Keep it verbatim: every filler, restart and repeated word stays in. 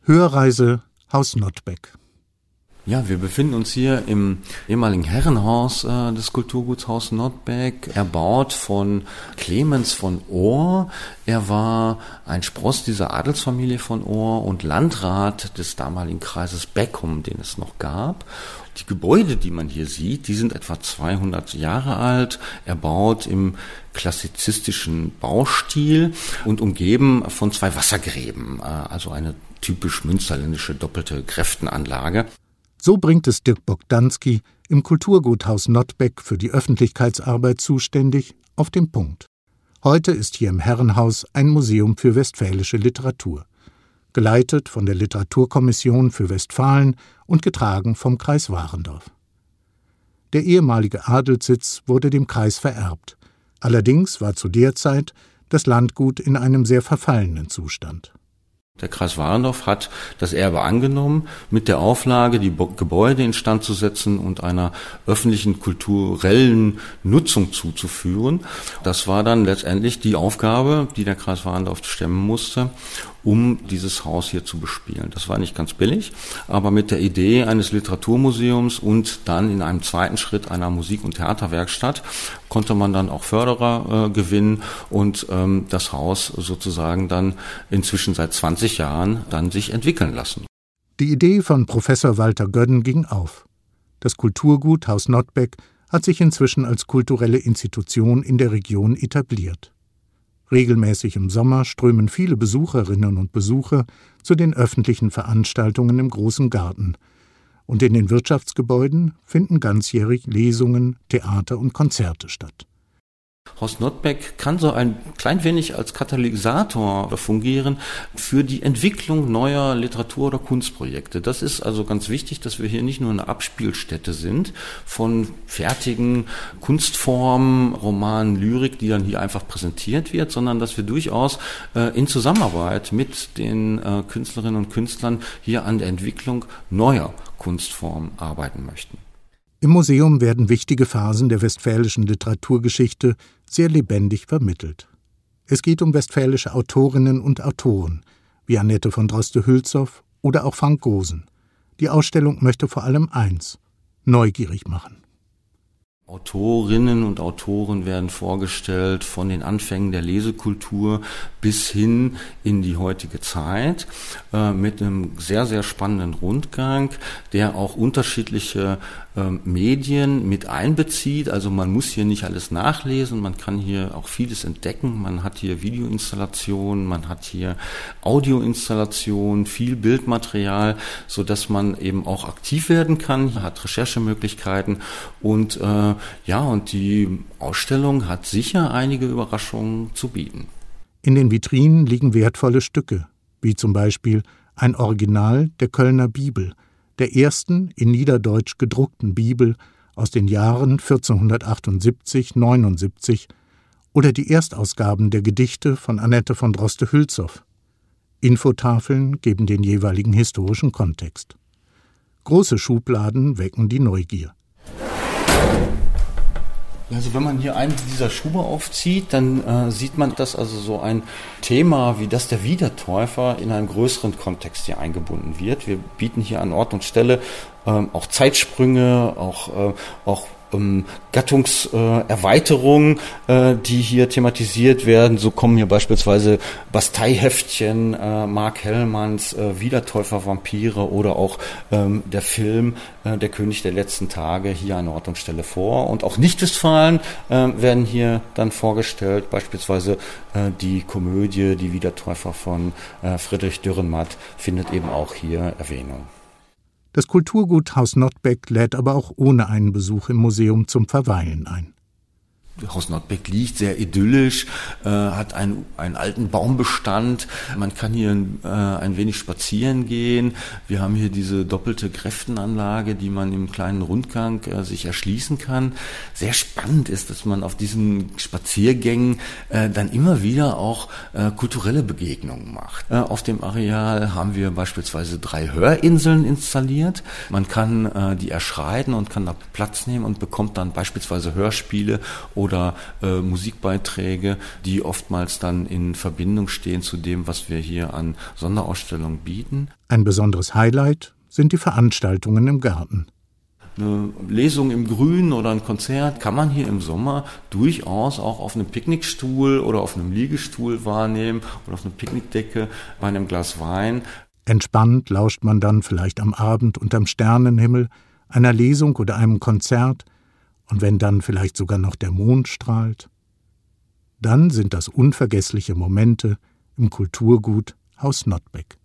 Hörreise Haus Nottbeck. Ja, wir befinden uns hier im ehemaligen Herrenhaus äh, des Kulturguts Haus Nottbeck, erbaut von Clemens von Ohr. Er war ein Spross dieser Adelsfamilie von Ohr und Landrat des damaligen Kreises Beckum, den es noch gab. Die Gebäude, die man hier sieht, die sind etwa zweihundert Jahre alt, erbaut im klassizistischen Baustil und umgeben von zwei Wassergräben, äh, also eine typisch münsterländische doppelte Gräftenanlage. So bringt es Dirk Bogdanski, im Kulturgut Haus Nottbeck für die Öffentlichkeitsarbeit zuständig, auf den Punkt. Heute ist hier im Herrenhaus ein Museum für westfälische Literatur, geleitet von der Literaturkommission für Westfalen und getragen vom Kreis Warendorf. Der ehemalige Adelssitz wurde dem Kreis vererbt. Allerdings war zu der Zeit das Landgut in einem sehr verfallenen Zustand. Der Kreis Warendorf hat das Erbe angenommen, mit der Auflage, die Bo- Gebäude instand zu setzen und einer öffentlichen kulturellen Nutzung zuzuführen. Das war dann letztendlich die Aufgabe, die der Kreis Warendorf stemmen musste, um dieses Haus hier zu bespielen. Das war nicht ganz billig, aber mit der Idee eines Literaturmuseums und dann in einem zweiten Schritt einer Musik- und Theaterwerkstatt konnte man dann auch Förderer äh, gewinnen und ähm, das Haus sozusagen dann inzwischen seit zwanzig Jahren dann sich entwickeln lassen. Die Idee von Professor Walter Gödden ging auf. Das Kulturgut Haus Nottbeck hat sich inzwischen als kulturelle Institution in der Region etabliert. Regelmäßig im Sommer strömen viele Besucherinnen und Besucher zu den öffentlichen Veranstaltungen im Großen Garten. Und in den Wirtschaftsgebäuden finden ganzjährig Lesungen, Theater und Konzerte statt. Haus Nottbeck kann so ein klein wenig als Katalysator fungieren für die Entwicklung neuer Literatur- oder Kunstprojekte. Das ist also ganz wichtig, dass wir hier nicht nur eine Abspielstätte sind von fertigen Kunstformen, Romanen, Lyrik, die dann hier einfach präsentiert wird, sondern dass wir durchaus äh, in Zusammenarbeit mit den äh, Künstlerinnen und Künstlern hier an der Entwicklung neuer Kunstformen arbeiten möchten. Im Museum werden wichtige Phasen der westfälischen Literaturgeschichte sehr lebendig vermittelt. Es geht um westfälische Autorinnen und Autoren, wie Annette von Droste-Hülshoff oder auch Frank Gosen. Die Ausstellung möchte vor allem eins: neugierig machen. Autorinnen und Autoren werden vorgestellt von den Anfängen der Lesekultur bis hin in die heutige Zeit äh, mit einem sehr, sehr spannenden Rundgang, der auch unterschiedliche äh, Medien mit einbezieht. Also man muss hier nicht alles nachlesen, man kann hier auch vieles entdecken. Man hat hier Videoinstallationen, man hat hier Audioinstallationen, viel Bildmaterial, sodass man eben auch aktiv werden kann, hat Recherchemöglichkeiten und äh, ja, und die Ausstellung hat sicher einige Überraschungen zu bieten. In den Vitrinen liegen wertvolle Stücke, wie zum Beispiel ein Original der Kölner Bibel, der ersten in Niederdeutsch gedruckten Bibel aus den Jahren vierzehnhundertachtundsiebzig neunundsiebzig oder die Erstausgaben der Gedichte von Annette von Droste-Hülshoff. Infotafeln geben den jeweiligen historischen Kontext. Große Schubladen wecken die Neugier. Also wenn man hier einen dieser Schuhe aufzieht, dann äh, sieht man, dass also so ein Thema wie das der Wiedertäufer in einem größeren Kontext hier eingebunden wird. Wir bieten hier an Ort und Stelle ähm, auch Zeitsprünge, auch, äh, auch ähm, Gattungserweiterungen, äh, äh, die hier thematisiert werden. So kommen hier beispielsweise Basteiheftchen, äh, Mark Hellmanns äh, Wiedertäufer Vampire oder auch ähm, der Film äh, Der König der letzten Tage hier an Ort und Stelle vor. Und auch Nicht-Westfalen äh, werden hier dann vorgestellt, beispielsweise äh, die Komödie Die Wiedertäufer von äh, Friedrich Dürrenmatt findet eben auch hier Erwähnung. Das Kulturgut Haus Nottbeck lädt aber auch ohne einen Besuch im Museum zum Verweilen ein. Haus Nottbeck liegt sehr idyllisch, äh, hat einen, einen alten Baumbestand. Man kann hier äh, ein wenig spazieren gehen. Wir haben hier diese doppelte Gräftenanlage, die man im kleinen Rundgang äh, sich erschließen kann. Sehr spannend ist, dass man auf diesen Spaziergängen äh, dann immer wieder auch äh, kulturelle Begegnungen macht. Äh, auf dem Areal haben wir beispielsweise drei Hörinseln installiert. Man kann äh, die erschreiten und kann da Platz nehmen und bekommt dann beispielsweise Hörspiele oder oder äh, Musikbeiträge, die oftmals dann in Verbindung stehen zu dem, was wir hier an Sonderausstellungen bieten. Ein besonderes Highlight sind die Veranstaltungen im Garten. Eine Lesung im Grün oder ein Konzert kann man hier im Sommer durchaus auch auf einem Picknickstuhl oder auf einem Liegestuhl wahrnehmen oder auf einer Picknickdecke bei einem Glas Wein. Entspannt lauscht man dann vielleicht am Abend unterm Sternenhimmel einer Lesung oder einem Konzert, und wenn dann vielleicht sogar noch der Mond strahlt, dann sind das unvergessliche Momente im Kulturgut Haus Nottbeck.